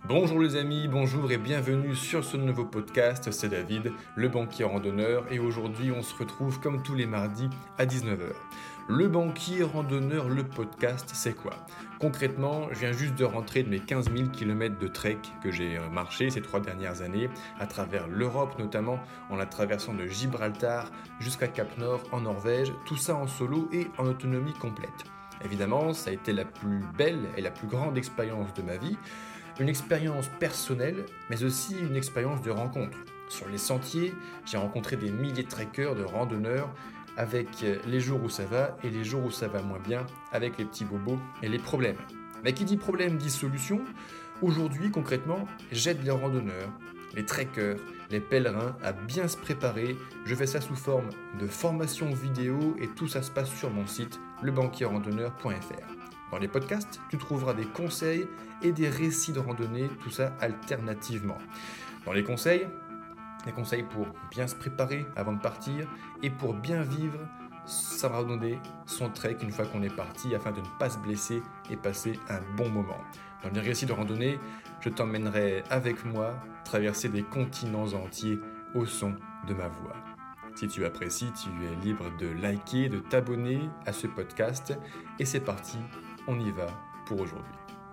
Bonjour les amis, bonjour et bienvenue sur ce nouveau podcast, c'est David, le banquier randonneur et aujourd'hui on se retrouve comme tous les mardis à 19h. Le banquier randonneur, le podcast, c'est quoi ? Concrètement, je viens juste de rentrer de mes 15 000 km de trek que j'ai marché ces 3 dernières années à travers l'Europe notamment en la traversant de Gibraltar jusqu'à Cap-Nord en Norvège, tout ça en solo et en autonomie complète. Évidemment, ça a été la plus belle et la plus grande expérience de ma vie. Une expérience personnelle, mais aussi une expérience de rencontre. Sur les sentiers, j'ai rencontré des milliers de trekkers, de randonneurs, avec les jours où ça va et les jours où ça va moins bien, avec les petits bobos et les problèmes. Mais qui dit problème dit solution. Aujourd'hui, concrètement, j'aide les randonneurs, les trekkers, les pèlerins à bien se préparer. Je fais ça sous forme de formation vidéo et tout ça se passe sur mon site lebanquierrandonneur.fr. Dans les podcasts, tu trouveras des conseils et des récits de randonnée, tout ça alternativement. Dans les conseils pour bien se préparer avant de partir et pour bien vivre sa randonnée, son trek une fois qu'on est parti afin de ne pas se blesser et passer un bon moment. Dans les récits de randonnée, je t'emmènerai avec moi traverser des continents entiers au son de ma voix. Si tu apprécies, tu es libre de liker, de t'abonner à ce podcast et c'est parti, on y va pour aujourd'hui.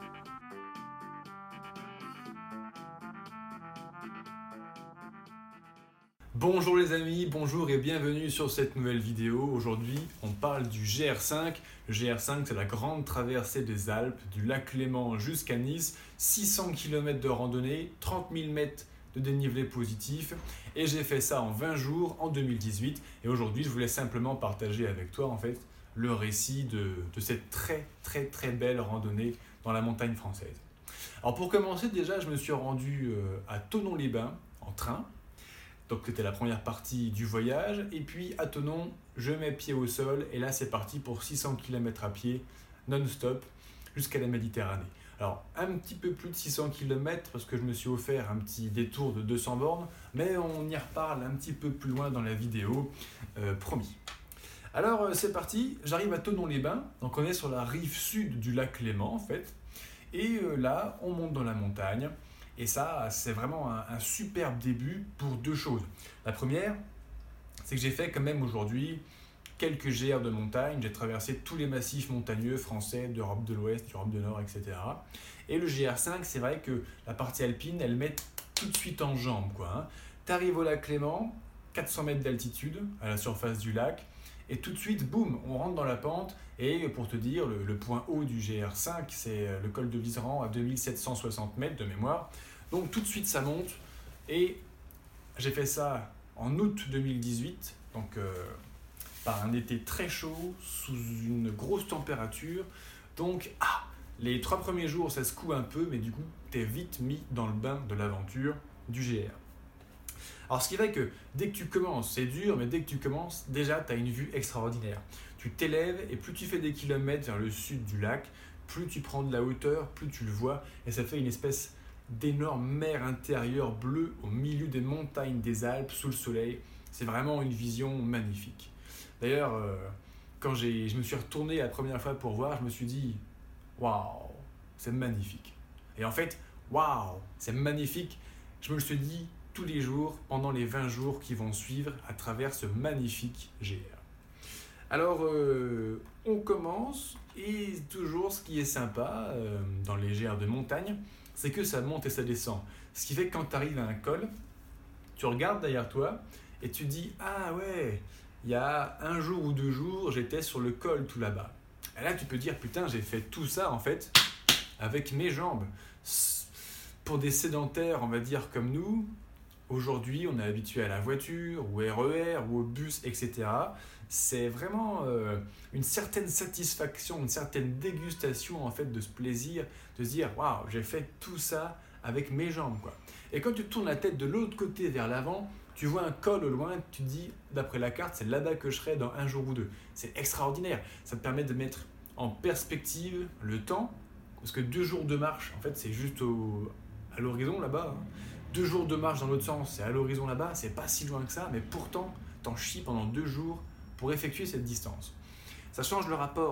Bonjour les amis, bonjour et bienvenue sur cette nouvelle vidéo. Aujourd'hui, on parle du GR5. Le GR5, c'est la grande traversée des Alpes, du lac Léman jusqu'à Nice. 600 km de randonnée, 30 000 mètres de dénivelé positif. Et j'ai fait ça en 20 jours en 2018. Et aujourd'hui, je voulais simplement partager avec toi en fait le récit de cette très belle randonnée dans la montagne française. Alors pour commencer, déjà, je me suis rendu à Thonon-les-Bains en train. Donc c'était la première partie du voyage. Et puis à Thonon, je mets pied au sol. Et là, c'est parti pour 600 km à pied, non-stop, jusqu'à la Méditerranée. Alors, un petit peu plus de 600 km parce que je me suis offert un petit détour de 200 bornes. Mais on y reparle un petit peu plus loin dans la vidéo, promis. Alors, c'est parti. J'arrive à Thonon-les-Bains. Donc on est sur la rive sud du lac Léman en fait. Et là, on monte dans la montagne. Et ça, c'est vraiment un superbe début pour deux choses. La première, c'est que j'ai fait quand même aujourd'hui quelques GR de montagne. J'ai traversé tous les massifs montagneux français d'Europe de l'Ouest, d'Europe du Nord, etc. Et le GR5, c'est vrai que la partie alpine, elle met tout de suite en jambes, quoi. Tu arrives au lac Léman, 400 mètres d'altitude à la surface du lac. Et tout de suite, boum, on rentre dans la pente. Et pour te dire, le point haut du GR5, c'est le col de Liseran à 2760 mètres de mémoire. Donc tout de suite, ça monte. Et j'ai fait ça en août 2018, donc par un été très chaud, sous une grosse température. Donc, les 3 premiers jours, ça secoue un peu, mais du coup, t'es vite mis dans le bain de l'aventure du GR. Alors ce qui fait que dès que tu commences, c'est dur, mais dès que tu commences, déjà tu as une vue extraordinaire. Tu t'élèves et plus tu fais des kilomètres vers le sud du lac, plus tu prends de la hauteur, plus tu le vois et ça fait une espèce d'énorme mer intérieure bleue au milieu des montagnes des Alpes sous le soleil. C'est vraiment une vision magnifique. D'ailleurs, quand je me suis retourné la première fois pour voir, je me suis dit « Waouh, c'est magnifique ». Et en fait, « Waouh, c'est magnifique », je me le suis dit tous les jours pendant les 20 jours qui vont suivre à travers ce magnifique GR. Alors, on commence et toujours ce qui est sympa dans les GR de montagne, c'est que ça monte et ça descend. Ce qui fait que quand tu arrives à un col, tu regardes derrière toi et tu te dis « Ah ouais, il y a 1 jour ou 2 jours, j'étais sur le col tout là-bas. » Et là, tu peux dire « Putain, j'ai fait tout ça en fait avec mes jambes. » Pour des sédentaires, on va dire comme nous, aujourd'hui, on est habitué à la voiture, au RER, ou au bus, etc. C'est vraiment une certaine satisfaction, une certaine dégustation en fait, de ce plaisir, de se dire « Waouh, j'ai fait tout ça avec mes jambes. » quoi. Et quand tu tournes la tête de l'autre côté vers l'avant, tu vois un col au loin, tu te dis, d'après la carte, c'est là-bas que je serai dans 1 jour ou 2. C'est extraordinaire. Ça te permet de mettre en perspective le temps, parce que 2 jours de marche, en fait, c'est juste à l'horizon là-bas. 2 jours de marche dans l'autre sens, c'est à l'horizon là-bas, c'est pas si loin que ça, mais pourtant, t'en chies pendant 2 jours pour effectuer cette distance. Ça change le rapport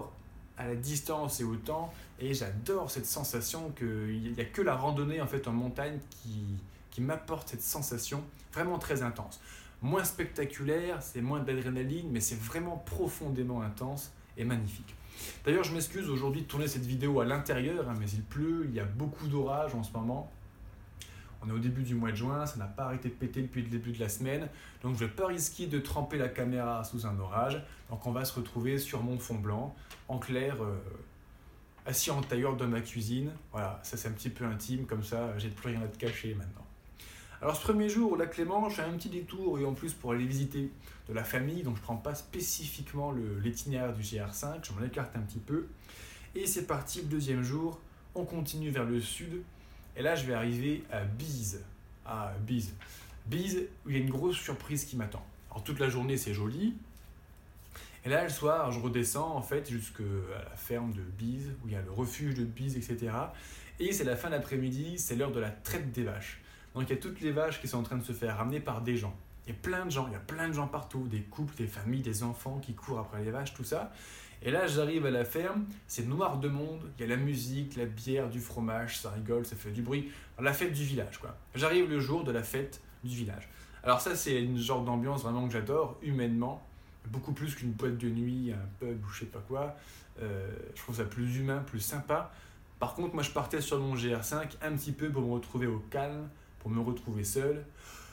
à la distance et au temps, et j'adore cette sensation qu'il n'y a que la randonnée en fait en montagne qui m'apporte cette sensation vraiment très intense. Moins spectaculaire, c'est moins d'adrénaline, mais c'est vraiment profondément intense et magnifique. D'ailleurs, je m'excuse aujourd'hui de tourner cette vidéo à l'intérieur, mais il pleut, il y a beaucoup d'orage en ce moment. On est au début du mois de juin, ça n'a pas arrêté de péter depuis le début de la semaine, donc je ne vais pas risquer de tremper la caméra sous un orage. Donc on va se retrouver sur mon fond blanc, en clair, assis en tailleur dans ma cuisine. Voilà, ça c'est un petit peu intime, comme ça j'ai plus rien à te cacher maintenant. Alors ce premier jour au lac Léman, je fais un petit détour et en plus pour aller visiter de la famille, donc je ne prends pas spécifiquement l'itinéraire du GR5, je m'en écarte un petit peu. Et c'est parti, le deuxième jour, on continue vers le sud. Et là, je vais arriver à Bise. Ah, Bise. Bise, où il y a une grosse surprise qui m'attend. Alors, toute la journée, c'est joli. Et là, le soir, je redescends, en fait, jusqu'à la ferme de Bise, où il y a le refuge de Bise, etc. Et c'est la fin d'après-midi, c'est l'heure de la traite des vaches. Donc, il y a toutes les vaches qui sont en train de se faire ramener par des gens. Il y a plein de gens partout, des couples, des familles, des enfants qui courent après les vaches, tout ça. Et là, j'arrive à la ferme, c'est noir de monde, il y a la musique, la bière, du fromage, ça rigole, ça fait du bruit. La fête du village, quoi. J'arrive le jour de la fête du village. Alors ça, c'est une genre d'ambiance vraiment que j'adore, humainement, beaucoup plus qu'une boîte de nuit, un pub ou je sais pas quoi. Je trouve ça plus humain, plus sympa. Par contre, moi, je partais sur mon GR5 un petit peu pour me retrouver au calme, pour me retrouver seul,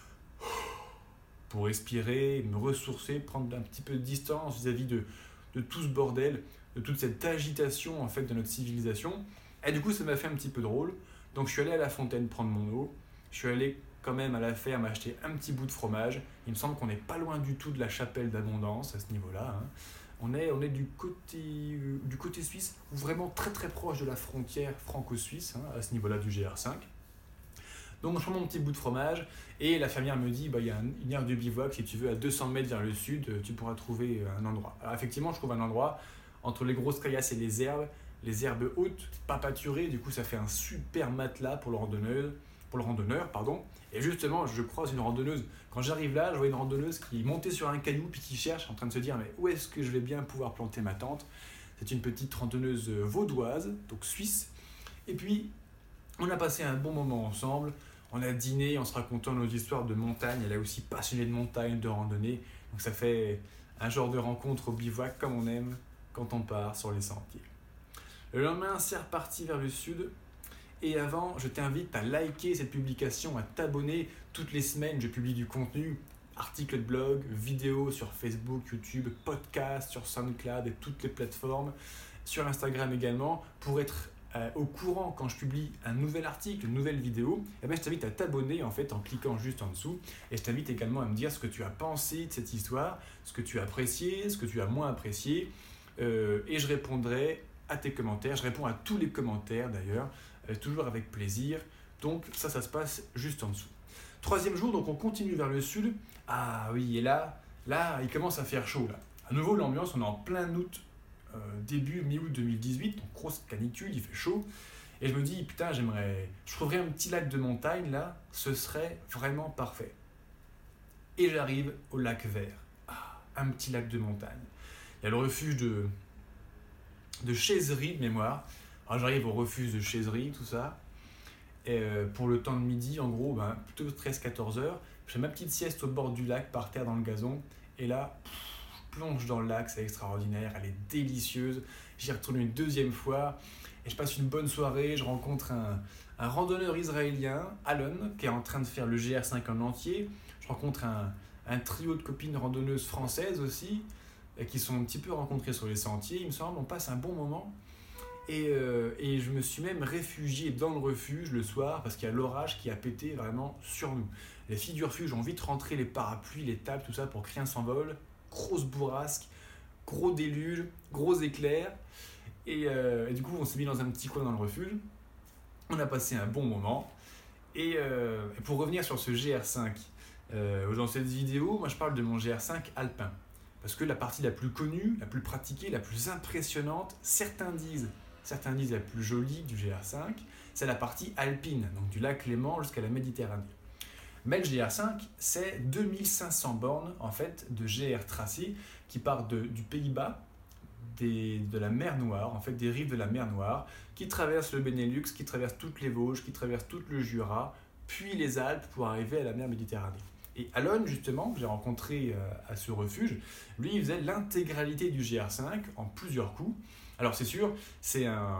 pour respirer, me ressourcer, prendre un petit peu de distance vis-à-vis de tout ce bordel, de toute cette agitation en fait de notre civilisation. Et du coup, ça m'a fait un petit peu drôle. Donc je suis allé à la fontaine prendre mon eau. Je suis allé quand même à la ferme acheter un petit bout de fromage. Il me semble qu'on n'est pas loin du tout de la chapelle d'Abondance à ce niveau-là. Hein. On est du côté suisse, ou vraiment très très proche de la frontière franco-suisse, hein, à ce niveau-là du GR5. Donc je prends mon petit bout de fromage et la fermière me dit il y a une aire de bivouac, si tu veux, à 200 mètres vers le sud, tu pourras trouver un endroit. Alors effectivement, je trouve un endroit entre les grosses caillasses et les herbes hautes, pas pâturées, du coup ça fait un super matelas pour le randonneur. Et justement, je croise une randonneuse. Quand j'arrive là, je vois une randonneuse qui est montée sur un caillou puis qui cherche, en train de se dire mais où est-ce que je vais bien pouvoir planter ma tente. C'est une petite randonneuse vaudoise, donc suisse. Et puis, on a passé un bon moment ensemble. On a dîné en se racontant nos histoires de montagne. Elle est aussi passionnée de montagne, de randonnée. Donc ça fait un genre de rencontre au bivouac comme on aime quand on part sur les sentiers. Le lendemain, c'est reparti vers le sud. Et avant, je t'invite à liker cette publication, à t'abonner. Toutes les semaines, je publie du contenu, articles de blog, vidéos sur Facebook, YouTube, podcasts sur SoundCloud et toutes les plateformes. Sur Instagram également, pour être au courant quand je publie un nouvel article, une nouvelle vidéo, je t'invite à t'abonner en fait en cliquant juste en dessous. Et je t'invite également à me dire ce que tu as pensé de cette histoire, ce que tu as apprécié, ce que tu as moins apprécié. Et je répondrai à tes commentaires. Je réponds à tous les commentaires d'ailleurs, toujours avec plaisir. Donc ça se passe juste en dessous. Troisième jour, donc on continue vers le sud. Ah oui, et là, il commence à faire chaud. Là. À nouveau, l'ambiance, on est en plein août. Début mi-août 2018, donc grosse canicule, il fait chaud. Et je me dis, putain, je trouverais un petit lac de montagne là, ce serait vraiment parfait. Et j'arrive au lac Vert. Ah, un petit lac de montagne. Il y a le refuge de Chaiserie de mémoire. Alors j'arrive au refuge de Chaiserie, tout ça. Et pour le temps de midi, en gros, plutôt 13-14 heures, je fais ma petite sieste au bord du lac, par terre dans le gazon. Et là, plonge dans le lac, c'est extraordinaire, elle est délicieuse. J'y retourne une deuxième fois et je passe une bonne soirée. Je rencontre un randonneur israélien, Alon, qui est en train de faire le GR5 en entier. Je rencontre un trio de copines randonneuses françaises aussi, qui sont un petit peu rencontrées sur les sentiers. Il me semble, on passe un bon moment. Et je me suis même réfugié dans le refuge le soir parce qu'il y a l'orage qui a pété vraiment sur nous. Les filles du refuge ont vite rentré les parapluies, les tables, tout ça pour que rien s'envole. Grosse bourrasque, gros déluge, gros éclairs. Et du coup, on s'est mis dans un petit coin dans le refuge. On a passé un bon moment. Et pour revenir sur ce GR5, dans cette vidéo, moi je parle de mon GR5 alpin. Parce que la partie la plus connue, la plus pratiquée, la plus impressionnante, certains disent la plus jolie du GR5, c'est la partie alpine, donc du lac Léman jusqu'à la Méditerranée. Mais le GR5, c'est 2500 bornes en fait, de GR tracé qui part du Pays-Bas, de la mer Noire, en fait des rives de la mer Noire, qui traversent le Benelux, qui traversent toutes les Vosges, qui traversent tout le Jura, puis les Alpes pour arriver à la mer Méditerranée. Et Alon, justement, que j'ai rencontré à ce refuge, lui, il faisait l'intégralité du GR5 en plusieurs coups. Alors c'est sûr, c'est un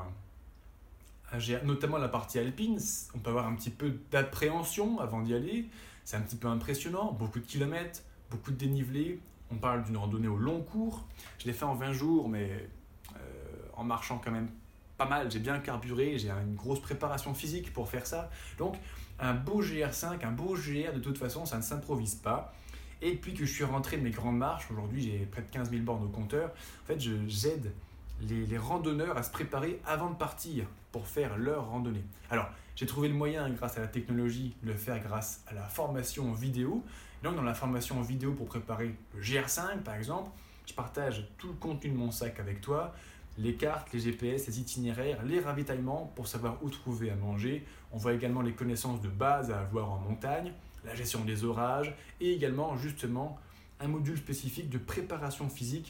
GR, notamment la partie alpine, on peut avoir un petit peu d'appréhension avant d'y aller. C'est un petit peu impressionnant, beaucoup de kilomètres, beaucoup de dénivelé. On parle d'une randonnée au long cours. Je l'ai fait en 20 jours, mais en marchant quand même pas mal. J'ai bien carburé, j'ai une grosse préparation physique pour faire ça. Donc, un beau GR5, un beau GR, de toute façon, ça ne s'improvise pas. Et depuis que je suis rentré de mes grandes marches, aujourd'hui j'ai près de 15 000 bornes au compteur, en fait, j'aide les randonneurs à se préparer avant de partir pour faire leur randonnée. Alors, j'ai trouvé le moyen, grâce à la technologie, de le faire grâce à la formation en vidéo. Et donc, dans la formation en vidéo pour préparer le GR5, par exemple, je partage tout le contenu de mon sac avec toi, les cartes, les GPS, les itinéraires, les ravitaillements pour savoir où trouver à manger. On voit également les connaissances de base à avoir en montagne, la gestion des orages et également justement un module spécifique de préparation physique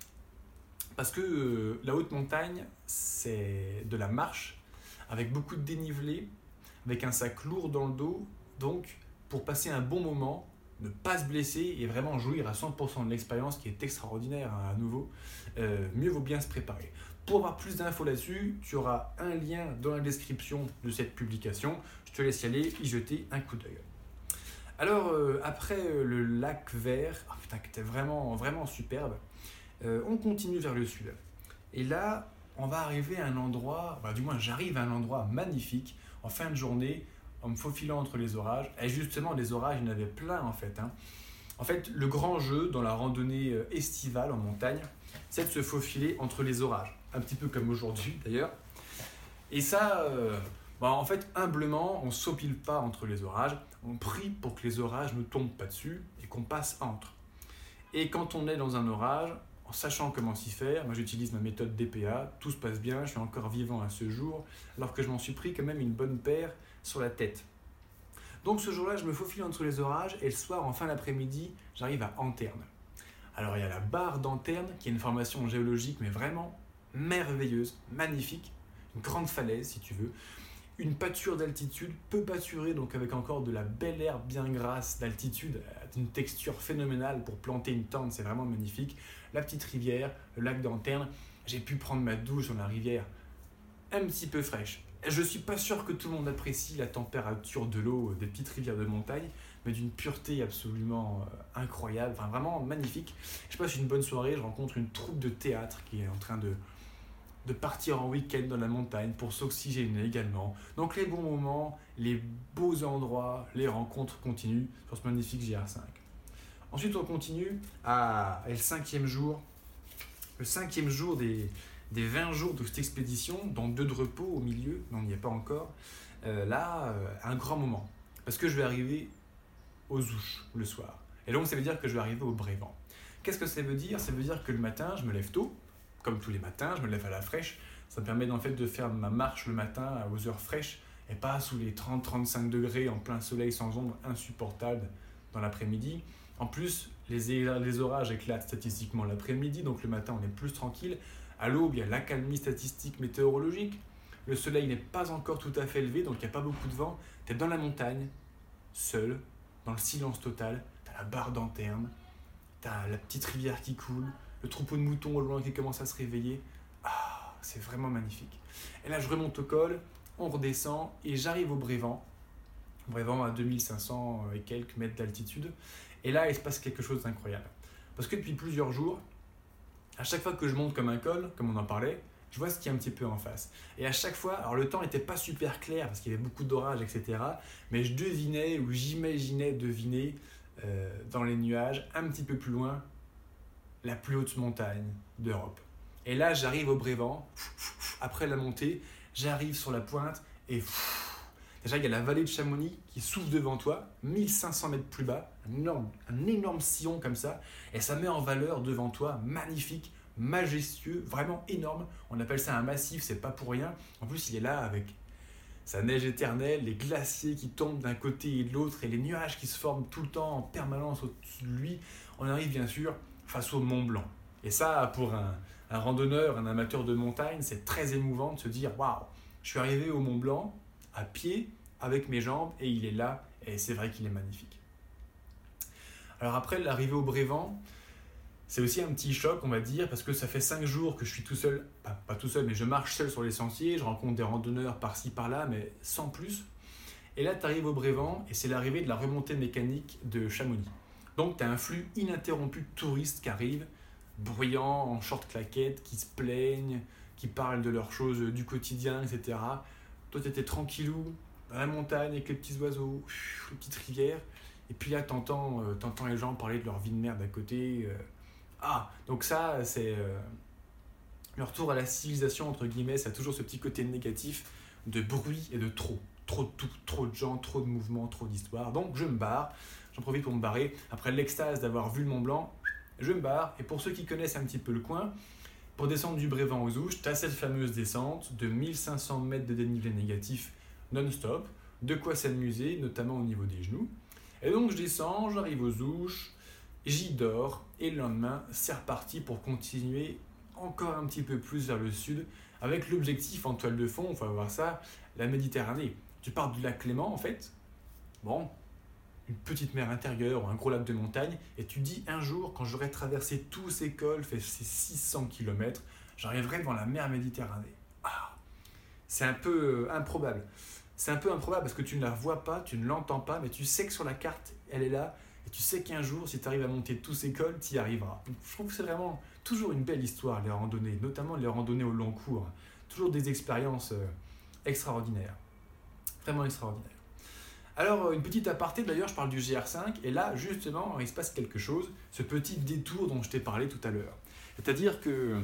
parce que la haute montagne, c'est de la marche avec beaucoup de dénivelé, avec un sac lourd dans le dos. Donc, pour passer un bon moment, ne pas se blesser et vraiment jouir à 100% de l'expérience qui est extraordinaire à nouveau, mieux vaut bien se préparer. Pour avoir plus d'infos là-dessus, tu auras un lien dans la description de cette publication. Je te laisse y aller, y jeter un coup d'œil. Alors, après le lac vert, qui était vraiment, vraiment superbe, on continue vers le sud. Et là, on va arriver à un endroit, du moins j'arrive à un endroit magnifique, en fin de journée, en me faufilant entre les orages. Et justement, les orages, il y en avait plein en fait. En fait, le grand jeu dans la randonnée estivale en montagne, c'est de se faufiler entre les orages. Un petit peu comme aujourd'hui d'ailleurs. Et ça, en fait, humblement, on ne s'opile pas entre les orages. On prie pour que les orages ne tombent pas dessus et qu'on passe entre. Et quand on est dans un orage, en sachant comment s'y faire, moi j'utilise ma méthode DPA, tout se passe bien, je suis encore vivant à ce jour, alors que je m'en suis pris quand même une bonne paire sur la tête. Donc ce jour-là, je me faufile entre les orages et le soir, en fin d'après-midi, j'arrive à Anterne. Alors il y a la barre d'Anterne, qui est une formation géologique, mais vraiment merveilleuse, magnifique, une grande falaise si tu veux, une pâture d'altitude, peu pâturée, donc avec encore de la belle herbe bien grasse d'altitude, d'une texture phénoménale pour planter une tente, c'est vraiment magnifique. La petite rivière, le lac d'Anterne, j'ai pu prendre ma douche dans la rivière un petit peu fraîche. Je ne suis pas sûr que tout le monde apprécie la température de l'eau des petites rivières de montagne, mais d'une pureté absolument incroyable, vraiment magnifique. Je passe une bonne soirée, je rencontre une troupe de théâtre qui est en train de partir en week-end dans la montagne pour s'oxygéner également. Donc les bons moments, les beaux endroits, les rencontres continuent sur ce magnifique GR5. Ensuite on continue à le cinquième jour des 20 jours de cette expédition, dont 2 de repos au milieu, mais on n'y est pas encore. Un grand moment, parce que je vais arriver aux Ouches le soir. Et donc ça veut dire que je vais arriver au Brévent. Qu'est-ce que ça veut dire ? Ça veut dire que le matin, je me lève tôt, comme tous les matins, je me lève à la fraîche. Ça me permet en fait de faire ma marche le matin aux heures fraîches et pas sous les 30-35 degrés en plein soleil sans ombre insupportable dans l'après-midi. En plus, les orages éclatent statistiquement l'après-midi, donc le matin on est plus tranquille. À l'aube, il y a l'accalmie statistique météorologique. Le soleil n'est pas encore tout à fait levé, donc il n'y a pas beaucoup de vent. Tu es dans la montagne, seul, dans le silence total. Tu as la barre d'Anterne, tu as la petite rivière qui coule, le troupeau de moutons au loin qui commence à se réveiller. Ah, c'est vraiment magnifique. Et là, je remonte au col, on redescend et j'arrive au Brévent. Brévent à 2500 et quelques mètres d'altitude. Et là, il se passe quelque chose d'incroyable. Parce que depuis plusieurs jours, à chaque fois que je monte comme un col, comme on en parlait, je vois ce qu'il y a un petit peu en face. Et à chaque fois, alors le temps n'était pas super clair parce qu'il y avait beaucoup d'orages, etc. Mais je devinais ou j'imaginais deviner dans les nuages, un petit peu plus loin, la plus haute montagne d'Europe. Et là, j'arrive au Brévent, après la montée, j'arrive sur la pointe et déjà, il y a la vallée de Chamonix qui s'ouvre devant toi, 1500 mètres plus bas, un énorme sillon comme ça, et ça met en valeur devant toi, magnifique, majestueux, vraiment énorme. On appelle ça un massif, c'est pas pour rien. En plus, il est là avec sa neige éternelle, les glaciers qui tombent d'un côté et de l'autre, et les nuages qui se forment tout le temps en permanence au-dessus de lui. On arrive bien sûr face au Mont Blanc. Et ça, pour un un randonneur, un amateur de montagne, c'est très émouvant de se dire « Waouh, je suis arrivé au Mont Blanc à pied avec mes jambes et il est là et c'est vrai qu'il est magnifique. » Alors après l'arrivée au Brévent, c'est aussi un petit choc, on va dire, parce que ça fait 5 jours que je suis tout seul, pas tout seul, mais je marche seul sur les sentiers, je rencontre des randonneurs par-ci par-là, mais sans plus. Et là, tu arrives au Brévent et c'est l'arrivée de la remontée mécanique de Chamonix. Donc, tu as un flux ininterrompu de touristes qui arrivent, bruyants, en short claquettes, qui se plaignent, qui parlent de leurs choses du quotidien, etc. Toi, tu étais tranquillou, dans la montagne, avec les petits oiseaux, les petites rivières. Et puis là, t'entends les gens parler de leur vie de merde à côté. Donc ça, c'est le retour à la civilisation, entre guillemets, ça a toujours ce petit côté négatif de bruit et de trop. Trop de tout, trop de gens, trop de mouvements, trop d'histoires. Donc je me barre, j'en profite pour me barrer. Après l'extase d'avoir vu le Mont Blanc, je me barre. Et pour ceux qui connaissent un petit peu le coin, pour descendre du Brévent aux Ouches, tu as cette fameuse descente de 1500 mètres de dénivelé négatif non-stop, de quoi s'amuser, notamment au niveau des genoux. Et donc je descends, j'arrive aux Ouches, j'y dors, et le lendemain, c'est reparti pour continuer encore un petit peu plus vers le sud, avec l'objectif en toile de fond, il faut voir ça, la Méditerranée. Tu pars du lac Léman en fait, une petite mer intérieure ou un gros lac de montagne, et tu dis un jour, quand j'aurai traversé tous ces cols, fait ces 600 km, j'arriverai devant la mer Méditerranée. C'est un peu improbable. C'est un peu improbable parce que tu ne la vois pas, tu ne l'entends pas, mais tu sais que sur la carte, elle est là, et tu sais qu'un jour, si tu arrives à monter tous ces cols, tu y arriveras. Donc, je trouve que c'est vraiment toujours une belle histoire, les randonnées, notamment les randonnées au long cours. Toujours des expériences extraordinaires. Vraiment extraordinaires. Alors, une petite aparté, d'ailleurs, je parle du GR5, et là, justement, il se passe quelque chose, ce petit détour dont je t'ai parlé tout à l'heure. C'est-à-dire que,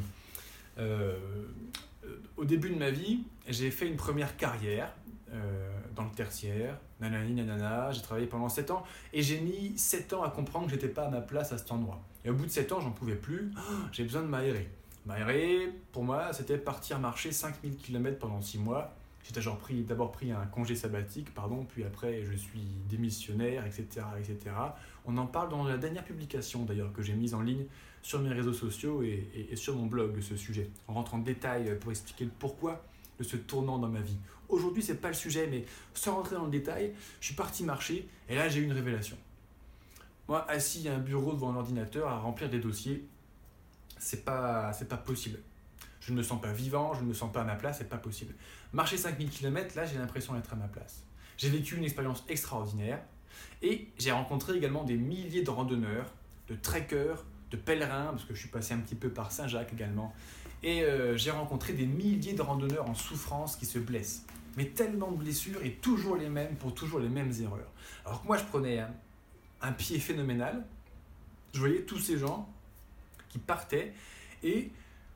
au début de ma vie, j'ai fait une première carrière dans le tertiaire, nanani nanana, j'ai travaillé pendant 7 ans, et j'ai mis 7 ans à comprendre que j'étais pas à ma place à cet endroit. Et au bout de 7 ans, j'en pouvais plus, j'ai besoin de m'aérer. M'aérer, pour moi, c'était partir marcher 5000 km pendant 6 mois. J'ai d'abord pris un congé sabbatique, puis après je suis démissionnaire, etc., etc. On en parle dans la dernière publication d'ailleurs que j'ai mise en ligne sur mes réseaux sociaux et sur mon blog de ce sujet. On rentre en détail pour expliquer le pourquoi de ce tournant dans ma vie. Aujourd'hui, c'est pas le sujet, mais sans rentrer dans le détail, je suis parti marcher et là j'ai eu une révélation. Moi, assis à un bureau devant un ordinateur à remplir des dossiers, c'est pas possible. Je ne me sens pas vivant, je ne me sens pas à ma place, c'est pas possible. Marcher 5000 km, là j'ai l'impression d'être à ma place. J'ai vécu une expérience extraordinaire et j'ai rencontré également des milliers de randonneurs, de trekkers, de pèlerins, parce que je suis passé un petit peu par Saint-Jacques également. Et j'ai rencontré des milliers de randonneurs en souffrance qui se blessent. Mais tellement de blessures et toujours les mêmes pour toujours les mêmes erreurs. Alors que moi je prenais un pied phénoménal, je voyais tous ces gens qui partaient et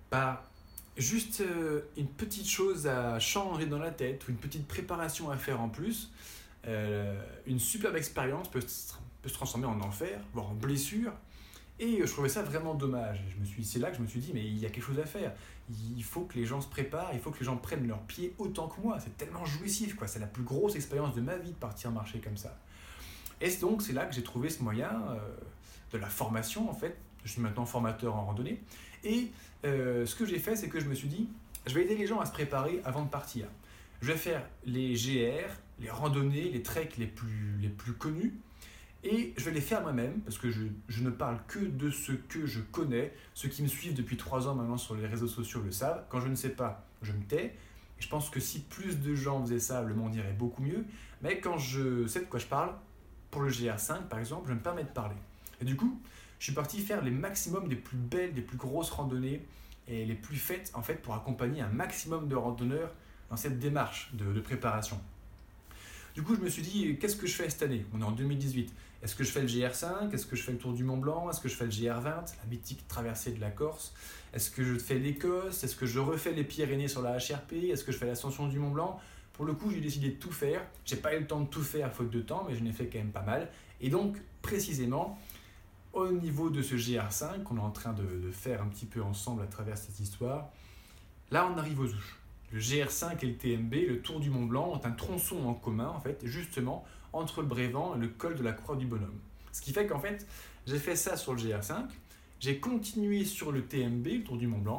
juste une petite chose à changer dans la tête ou une petite préparation à faire en plus, une superbe expérience peut se transformer en enfer, voire en blessure. Et je trouvais ça vraiment dommage. C'est là que je me suis dit, mais il y a quelque chose à faire. Il faut que les gens se préparent, il faut que les gens prennent leurs pieds autant que moi. C'est tellement jouissif, quoi. C'est la plus grosse expérience de ma vie de partir marcher comme ça. Et donc, c'est là que j'ai trouvé ce moyen de la formation, en fait. Je suis maintenant formateur en randonnée. Et ce que j'ai fait, c'est que je me suis dit, je vais aider les gens à se préparer avant de partir. Je vais faire les GR, les randonnées, les treks les plus connus. Et je vais les faire moi-même, parce que je ne parle que de ce que je connais. Ceux qui me suivent depuis 3 ans maintenant sur les réseaux sociaux le savent. Quand je ne sais pas, je me tais. Et je pense que si plus de gens faisaient ça, le monde irait beaucoup mieux. Mais quand je sais de quoi je parle, pour le GR5 par exemple, je me permets de parler. Et du coup, je suis parti faire les maximums des plus belles, des plus grosses randonnées et les plus faites en fait pour accompagner un maximum de randonneurs dans cette démarche de préparation. Du coup, je me suis dit, qu'est-ce que je fais cette année ? On est en 2018. Est-ce que je fais le GR5 ? Est-ce que je fais le Tour du Mont Blanc ? Est-ce que je fais le GR20, la mythique traversée de la Corse ? Est-ce que je fais l'Écosse ? Est-ce que je refais les Pyrénées sur la HRP ? Est-ce que je fais l'ascension du Mont Blanc ? Pour le coup, j'ai décidé de tout faire. J'ai pas eu le temps de tout faire faute de temps, mais je n'ai fait quand même pas mal. Et donc, précisément, au niveau de ce GR5 qu'on est en train de faire un petit peu ensemble à travers cette histoire, là, on arrive aux Ouches. Le GR5 et le TMB, le Tour du Mont Blanc, ont un tronçon en commun, en fait, justement, entre le Brévent et le col de la Croix du Bonhomme. Ce qui fait qu'en fait, j'ai fait ça sur le GR5, j'ai continué sur le TMB, le Tour du Mont Blanc,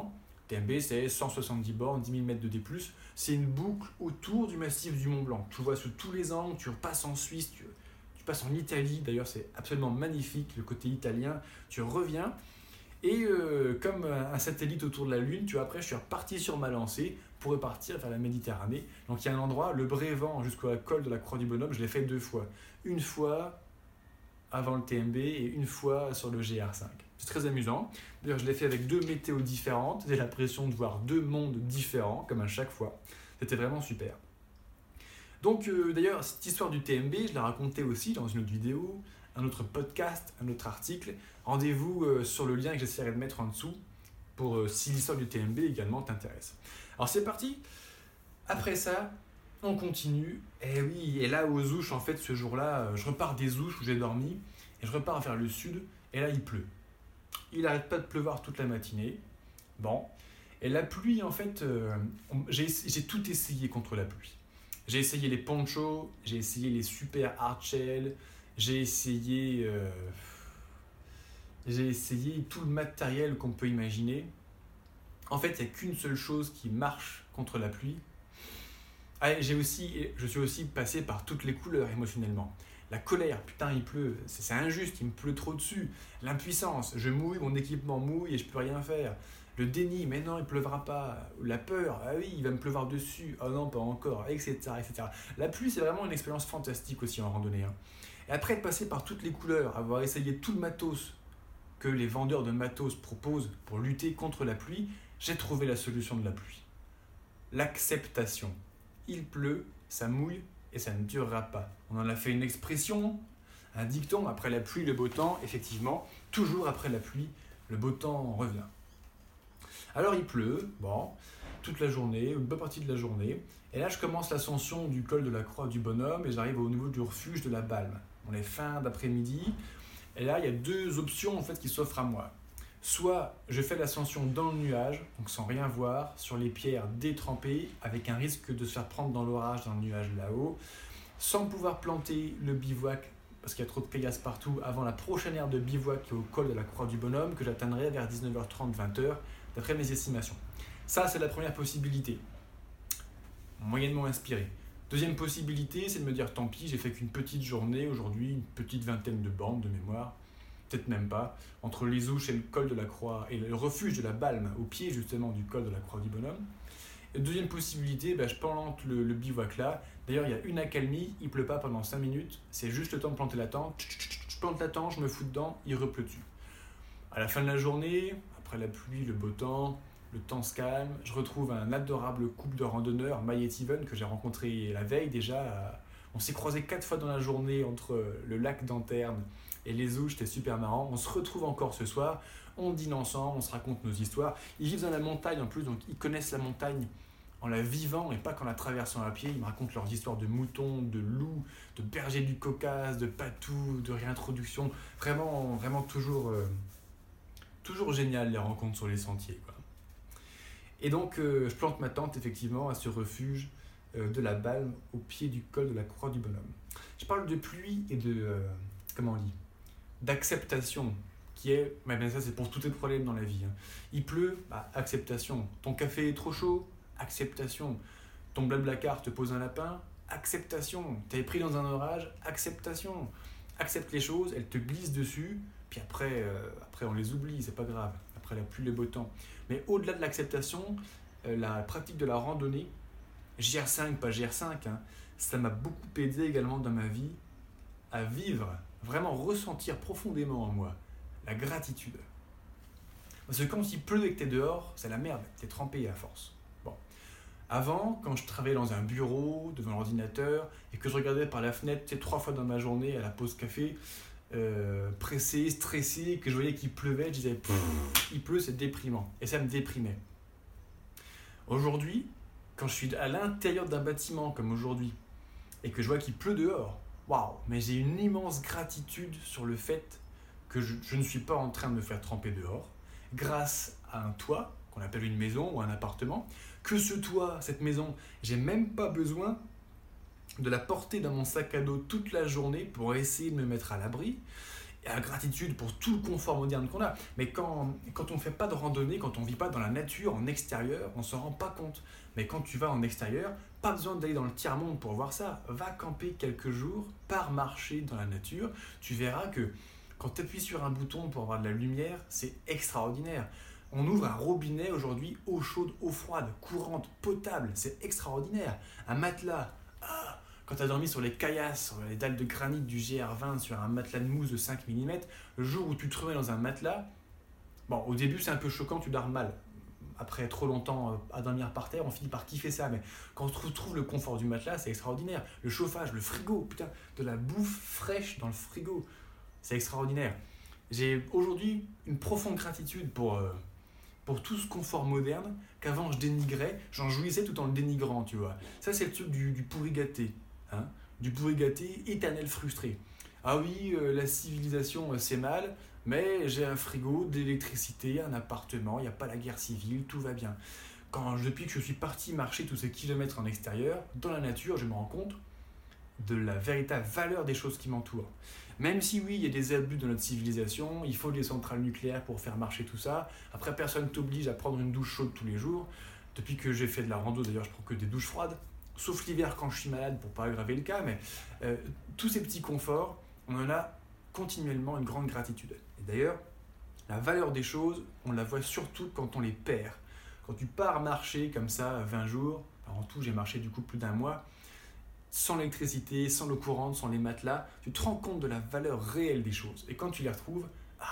TMB, c'est 170 bornes, 10 000 mètres de D+. C'est une boucle autour du massif du Mont Blanc. Tu le vois sous tous les angles, tu repasses en Suisse, tu passes en Italie. D'ailleurs, c'est absolument magnifique, le côté italien. Tu reviens. Et comme un satellite autour de la Lune, après, je suis reparti sur ma lancée pour repartir vers la Méditerranée. Donc, il y a un endroit, le Brévent jusqu'au col de la Croix du Bonhomme, je l'ai fait 2 fois. Une fois avant le TMB et une fois sur le GR5. C'est très amusant. D'ailleurs, je l'ai fait avec 2 météos différentes. J'ai l'impression de voir 2 mondes différents, comme à chaque fois. C'était vraiment super. Donc, d'ailleurs, cette histoire du TMB, je l'ai racontée aussi dans une autre vidéo, un autre podcast, un autre article. Rendez-vous sur le lien que j'essaierai de mettre en dessous pour si l'histoire du TMB également t'intéresse. Alors, c'est parti. Après ça, on continue. Et oui, et là, aux Ouches, en fait, ce jour-là, je repars des Ouches où j'ai dormi et je repars vers le sud. Et là, il pleut. Il n'arrête pas de pleuvoir toute la matinée. Bon. Et la pluie, en fait, j'ai tout essayé contre la pluie. J'ai essayé les ponchos, j'ai essayé les super hardshell, j'ai essayé tout le matériel qu'on peut imaginer. En fait, il n'y a qu'une seule chose qui marche contre la pluie. Ah, je suis aussi passé par toutes les couleurs émotionnellement. La colère, putain il pleut, c'est injuste, il me pleut trop dessus. L'impuissance, je mouille, mon équipement mouille et je peux rien faire. Le déni, mais non il pleuvra pas. La peur, ah oui il va me pleuvoir dessus, oh non pas encore, etc., etc. La pluie c'est vraiment une expérience fantastique aussi en randonnée. Et après être passé par toutes les couleurs, avoir essayé tout le matos que les vendeurs de matos proposent pour lutter contre la pluie, j'ai trouvé la solution de la pluie. L'acceptation. Il pleut, ça mouille et ça ne durera pas. On en a fait une expression, un dicton, après la pluie, le beau temps, effectivement, toujours après la pluie, le beau temps revient. Alors il pleut, bon, toute la journée, une bonne partie de la journée, et là je commence l'ascension du col de la Croix du Bonhomme et j'arrive au niveau du refuge de la Balme. On est fin d'après-midi, et là il y a 2 options en fait qui s'offrent à moi. Soit je fais l'ascension dans le nuage, donc sans rien voir, sur les pierres détrempées, avec un risque de se faire prendre dans l'orage dans le nuage là-haut, sans pouvoir planter le bivouac, parce qu'il y a trop de caillasses partout, avant la prochaine aire de bivouac qui est au col de la Croix du Bonhomme, que j'atteindrai vers 19h30, 20h, d'après mes estimations. Ça, c'est la première possibilité, moyennement inspirée. Deuxième possibilité, c'est de me dire, tant pis, j'ai fait qu'une petite journée aujourd'hui, une petite vingtaine de bornes de mémoire, peut-être même pas, entre les Ouches et le col de la Croix, et le refuge de la Balme, au pied justement du col de la Croix du Bonhomme. Et deuxième possibilité, je plante le bivouac là. D'ailleurs, il y a une accalmie, il pleut pas pendant 5 minutes, c'est juste le temps de planter la tente. Je plante la tente, je me fous dedans, il repleut dessus. À la fin de la journée, après la pluie, le beau temps se calme, je retrouve un adorable couple de randonneurs, Maï et Steven, que j'ai rencontré la veille déjà. On s'est croisés 4 fois dans la journée entre le lac d'Anterne et les Ouches, c'était super marrant. On se retrouve encore ce soir, on dîne ensemble, on se raconte nos histoires. Ils vivent dans la montagne en plus, donc ils connaissent la montagne en la vivant et pas qu'en la traversant à pied. Ils me racontent leurs histoires de moutons, de loups, de bergers du Caucase, de patous, de réintroduction. Vraiment, vraiment toujours génial les rencontres sur les sentiers, quoi. Et donc, je plante ma tente effectivement à ce refuge de la Balme au pied du col de la Croix du Bonhomme. Je parle de pluie et de, d'acceptation, qui est, mais ça c'est pour tous les problèmes dans la vie. Il pleut, acceptation. Ton café est trop chaud, acceptation. Ton Blablacar te pose un lapin, acceptation. T'es pris dans un orage, acceptation. Accepte les choses, elles te glissent dessus, puis après on les oublie, c'est pas grave. Après la pluie, le beau temps. Mais au-delà de l'acceptation, la pratique de la randonnée, GR5, pas GR5, ça m'a beaucoup aidé également dans ma vie à vivre, vraiment ressentir profondément en moi la gratitude. Parce que quand il pleut et que t'es dehors, c'est la merde, t'es trempé à force. Bon. Avant, quand je travaillais dans un bureau, devant l'ordinateur, et que je regardais par la fenêtre 3 fois dans ma journée à la pause café, pressé, stressé, que je voyais qu'il pleuvait, je disais il pleut, c'est déprimant, et ça me déprimait. Aujourd'hui, quand je suis à l'intérieur d'un bâtiment comme aujourd'hui et que je vois qu'il pleut dehors, waouh, mais j'ai une immense gratitude sur le fait que je ne suis pas en train de me faire tremper dehors grâce à un toit qu'on appelle une maison ou un appartement, que ce toit, cette maison, j'ai même pas besoin de la porter dans mon sac à dos toute la journée pour essayer de me mettre à l'abri, et la gratitude pour tout le confort moderne qu'on a. Mais quand on ne fait pas de randonnée, quand on ne vit pas dans la nature, en extérieur, on ne s'en rend pas compte. Mais quand tu vas en extérieur, pas besoin d'aller dans le tiers-monde pour voir ça. Va camper quelques jours, pars marcher dans la nature. Tu verras que quand tu appuies sur un bouton pour avoir de la lumière, c'est extraordinaire. On ouvre un robinet aujourd'hui, eau chaude, eau froide, courante, potable, c'est extraordinaire. Un matelas, quand tu as dormi sur les caillasses, sur les dalles de granit du GR20, sur un matelas de mousse de 5 mm, le jour où tu te remets dans un matelas, bon, au début c'est un peu choquant, tu dors mal. Après trop longtemps à dormir par terre, on finit par kiffer ça, mais quand on retrouve le confort du matelas, c'est extraordinaire. Le chauffage, le frigo, putain, de la bouffe fraîche dans le frigo, c'est extraordinaire. J'ai aujourd'hui une profonde gratitude pour tout ce confort moderne qu'avant je dénigrais, j'en jouissais tout en le dénigrant, tu vois. Ça, c'est le truc du pourri gâté, hein, du pourri gâté éternel frustré. Ah oui, la civilisation, c'est mal, mais j'ai un frigo, de l'électricité, un appartement, il n'y a pas la guerre civile, tout va bien. Depuis que je suis parti marcher tous ces kilomètres en extérieur, dans la nature, je me rends compte de la véritable valeur des choses qui m'entourent. Même si oui, il y a des abus de notre civilisation, il faut des centrales nucléaires pour faire marcher tout ça. Après, personne ne t'oblige à prendre une douche chaude tous les jours. Depuis que j'ai fait de la rando, d'ailleurs, je prends que des douches froides. Sauf l'hiver quand je suis malade pour ne pas aggraver le cas. Mais tous ces petits conforts, on en a continuellement une grande gratitude. Et d'ailleurs, la valeur des choses, on la voit surtout quand on les perd. Quand tu pars marcher comme ça 20 jours, en tout j'ai marché du coup plus d'1 mois, sans l'électricité, sans l'eau courante, sans les matelas, tu te rends compte de la valeur réelle des choses. Et quand tu les retrouves,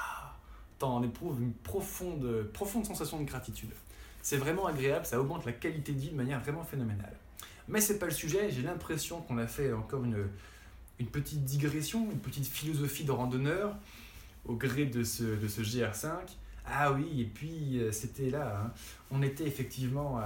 t'en éprouves une profonde sensation de gratitude. C'est vraiment agréable, ça augmente la qualité de vie de manière vraiment phénoménale. Mais c'est pas le sujet, j'ai l'impression qu'on a fait encore une petite digression, une petite philosophie de randonneur au gré de ce GR5. Ah oui, et puis c'était là, hein. On était effectivement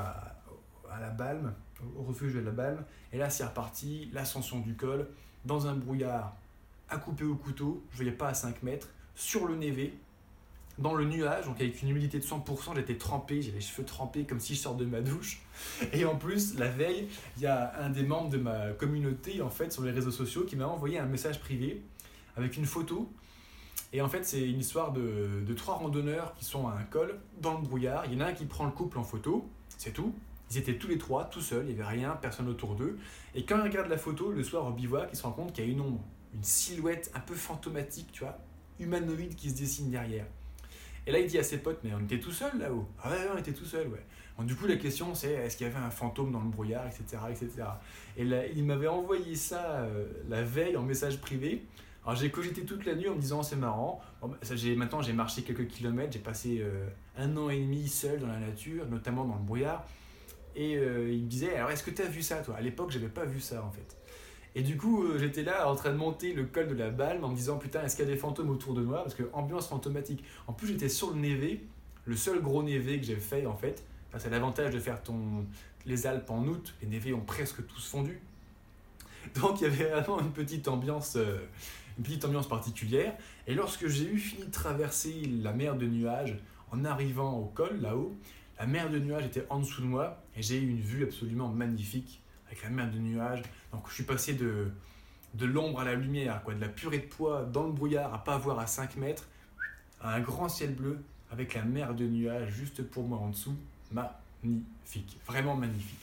à la Balme, au refuge de la Balme, et là c'est reparti, l'ascension du col, dans un brouillard à couper au couteau, je ne voyais pas à 5 mètres, sur le névé, dans le nuage, donc avec une humidité de 100%, j'étais trempé, j'avais les cheveux trempés comme si je sors de ma douche. Et en plus, la veille, il y a un des membres de ma communauté, en fait, sur les réseaux sociaux, qui m'a envoyé un message privé avec une photo. Et en fait, c'est une histoire de 3 randonneurs qui sont à un col, dans le brouillard. Il y en a un qui prend le couple en photo, c'est tout. Ils étaient tous les 3, tout seuls, il n'y avait rien, personne autour d'eux. Et quand ils regardent la photo, le soir au bivouac, ils se rendent compte qu'il y a une ombre, une silhouette un peu fantomatique, tu vois, humanoïde qui se dessine derrière. Et là, il dit à ses potes, mais on était tout seuls là-haut. Ah ouais, on était tout seuls, ouais. Donc, du coup, la question, c'est est-ce qu'il y avait un fantôme dans le brouillard, etc., etc. Et là, il m'avait envoyé ça la veille en message privé. Alors, j'ai cogité toute la nuit en me disant, c'est marrant. Bon, maintenant, j'ai marché quelques kilomètres, j'ai passé 1 an et demi seul dans la nature, notamment dans le brouillard. Et il me disait, alors est-ce que tu as vu ça, toi ? À l'époque, je n'avais pas vu ça, en fait. Et du coup, j'étais là en train de monter le col de la Balme en me disant, putain, est-ce qu'il y a des fantômes autour de moi ? Parce que ambiance fantomatique. En plus, j'étais sur le névé, le seul gros névé que j'ai fait, en fait. Enfin, c'est l'avantage de faire les Alpes en août. Les névés ont presque tous fondu. Donc, il y avait vraiment une petite ambiance particulière. Et lorsque j'ai fini de traverser la mer de nuages en arrivant au col, là-haut, la mer de nuages était en dessous de moi et j'ai eu une vue absolument magnifique avec la mer de nuages. Donc je suis passé de l'ombre à la lumière, quoi, de la purée de pois dans le brouillard à pas voir à 5 mètres, à un grand ciel bleu avec la mer de nuages juste pour moi en dessous. Magnifique, vraiment magnifique.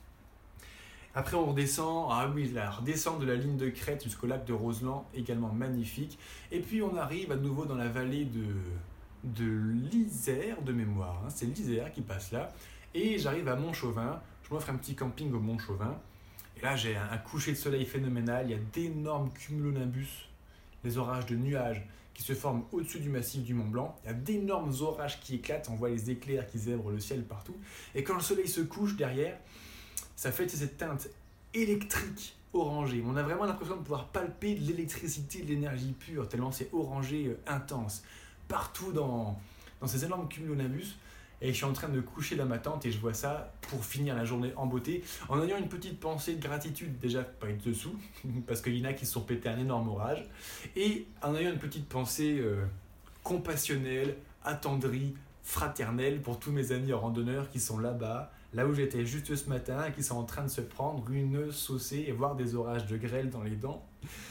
Après on redescend, la redescente de la ligne de crête jusqu'au lac de Roseland, également magnifique. Et puis on arrive à nouveau dans la vallée de l'Isère de mémoire, hein. C'est l'Isère qui passe là. Et j'arrive à Montchauvin, je m'offre un petit camping au Montchauvin. Et là j'ai un coucher de soleil phénoménal, il y a d'énormes cumulonimbus, les orages de nuages qui se forment au-dessus du massif du Mont Blanc. Il y a d'énormes orages qui éclatent, on voit les éclairs qui zèbrent le ciel partout. Et quand le soleil se couche derrière, ça fait cette teinte électrique orangée. On a vraiment l'impression de pouvoir palper de l'électricité, de l'énergie pure, tellement c'est orangé intense. Partout dans ces énormes cumulonimbus. Et je suis en train de coucher dans ma tente et je vois ça pour finir la journée en beauté, en ayant une petite pensée de gratitude, déjà pas être dessous, parce qu'il y en a qui se sont pétés un énorme orage, et en ayant une petite pensée compassionnelle, attendrie, fraternelle pour tous mes amis randonneurs qui sont là-bas, là où j'étais juste ce matin, qui sont en train de se prendre une saucée et voir des orages de grêle dans les dents,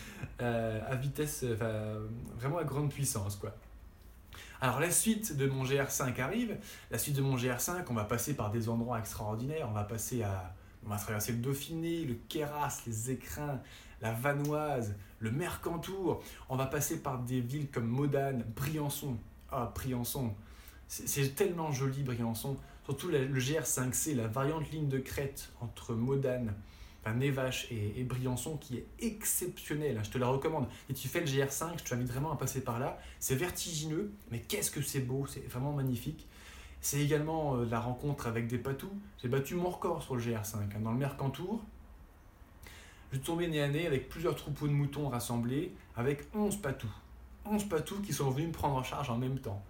à vitesse, vraiment à grande puissance, quoi. Alors la suite de mon GR5 arrive. La suite de mon GR5, on va passer par des endroits extraordinaires. On va traverser le Dauphiné, le Queyras, les Écrins, la Vanoise, le Mercantour. On va passer par des villes comme Modane, Briançon. Ah, Briançon, c'est tellement joli, Briançon. Surtout le GR5C, la variante ligne de crête entre Modane, Névache et Briançon, qui est exceptionnelle. Je te la recommande. Et tu fais le GR5, je t'invite vraiment à passer par là. C'est vertigineux, mais qu'est-ce que c'est beau, c'est vraiment magnifique. C'est également la rencontre avec des patous. J'ai battu mon record sur le GR5. Dans le Mercantour, je suis tombé nez à nez avec plusieurs troupeaux de moutons rassemblés, avec 11 patous. 11 patous qui sont venus me prendre en charge en même temps.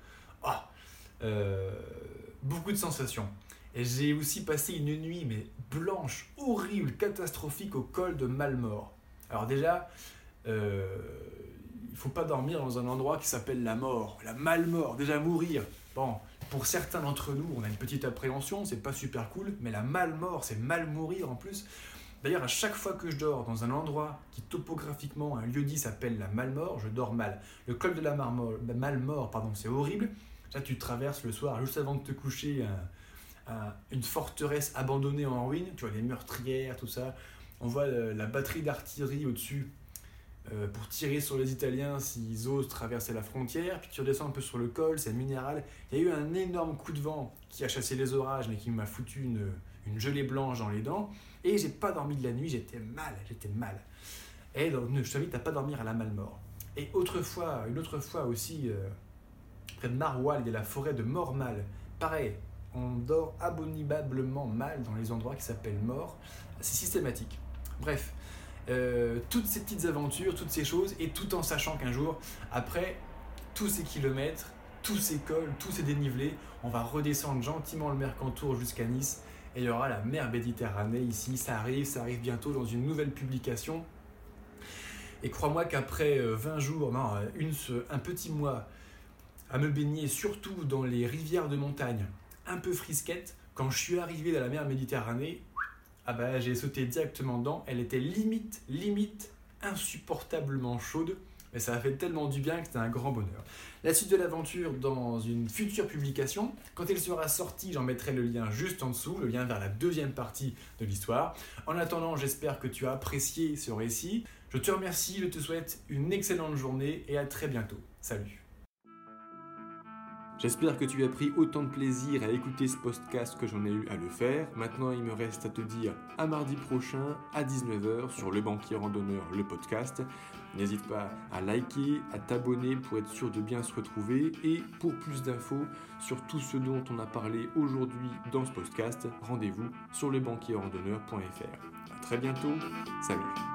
Beaucoup de sensations. Et j'ai aussi passé une nuit mais blanche, horrible, catastrophique au col de Malmort. Alors déjà, il ne faut pas dormir dans un endroit qui s'appelle la mort, la Malmort, déjà mourir. Bon, pour certains d'entre nous, on a une petite appréhension, c'est pas super cool, mais la Malmort, c'est mal mourir en plus. D'ailleurs, à chaque fois que je dors dans un endroit qui topographiquement, un lieu-dit s'appelle la Malmort, je dors mal. Le col de la Malmort, c'est horrible. Là, tu traverses le soir, juste avant de te coucher, une forteresse abandonnée en ruine, tu vois les meurtrières, tout ça. On voit la batterie d'artillerie au-dessus pour tirer sur les Italiens s'ils osent traverser la frontière. Puis tu redescends un peu sur le col, c'est minéral. Il y a eu un énorme coup de vent qui a chassé les orages, mais qui m'a foutu une gelée blanche dans les dents. Et j'ai pas dormi de la nuit, j'étais mal. Et donc, je t'invite à pas dormir à la Malmort. Et une autre fois aussi, près de Narwal, il y a la forêt de Mormal. Pareil, on dort abominablement mal dans les endroits qui s'appellent morts. C'est systématique. Bref, toutes ces petites aventures, toutes ces choses, et tout en sachant qu'un jour, après tous ces kilomètres, tous ces cols, tous ces dénivelés, on va redescendre gentiment le Mercantour jusqu'à Nice, et il y aura la mer Méditerranée ici. Ça arrive bientôt dans une nouvelle publication. Et crois-moi qu'après 20 jours, un petit mois, à me baigner surtout dans les rivières de montagne, un peu frisquette, quand je suis arrivé dans la mer Méditerranée, j'ai sauté directement dedans. Elle était limite insupportablement chaude, mais ça a fait tellement du bien que c'était un grand bonheur. La suite de l'aventure dans une future publication. Quand elle sera sortie, j'en mettrai le lien juste en dessous, le lien vers la deuxième partie de l'histoire. En attendant, j'espère que tu as apprécié ce récit. Je te remercie, je te souhaite une excellente journée et à très bientôt. Salut. J'espère que tu as pris autant de plaisir à écouter ce podcast que j'en ai eu à le faire. Maintenant, il me reste à te dire à mardi prochain à 19h sur Le Banquier Randonneur, le podcast. N'hésite pas à liker, à t'abonner pour être sûr de bien se retrouver. Et pour plus d'infos sur tout ce dont on a parlé aujourd'hui dans ce podcast, rendez-vous sur lebanquierrandonneur.fr. À très bientôt, salut.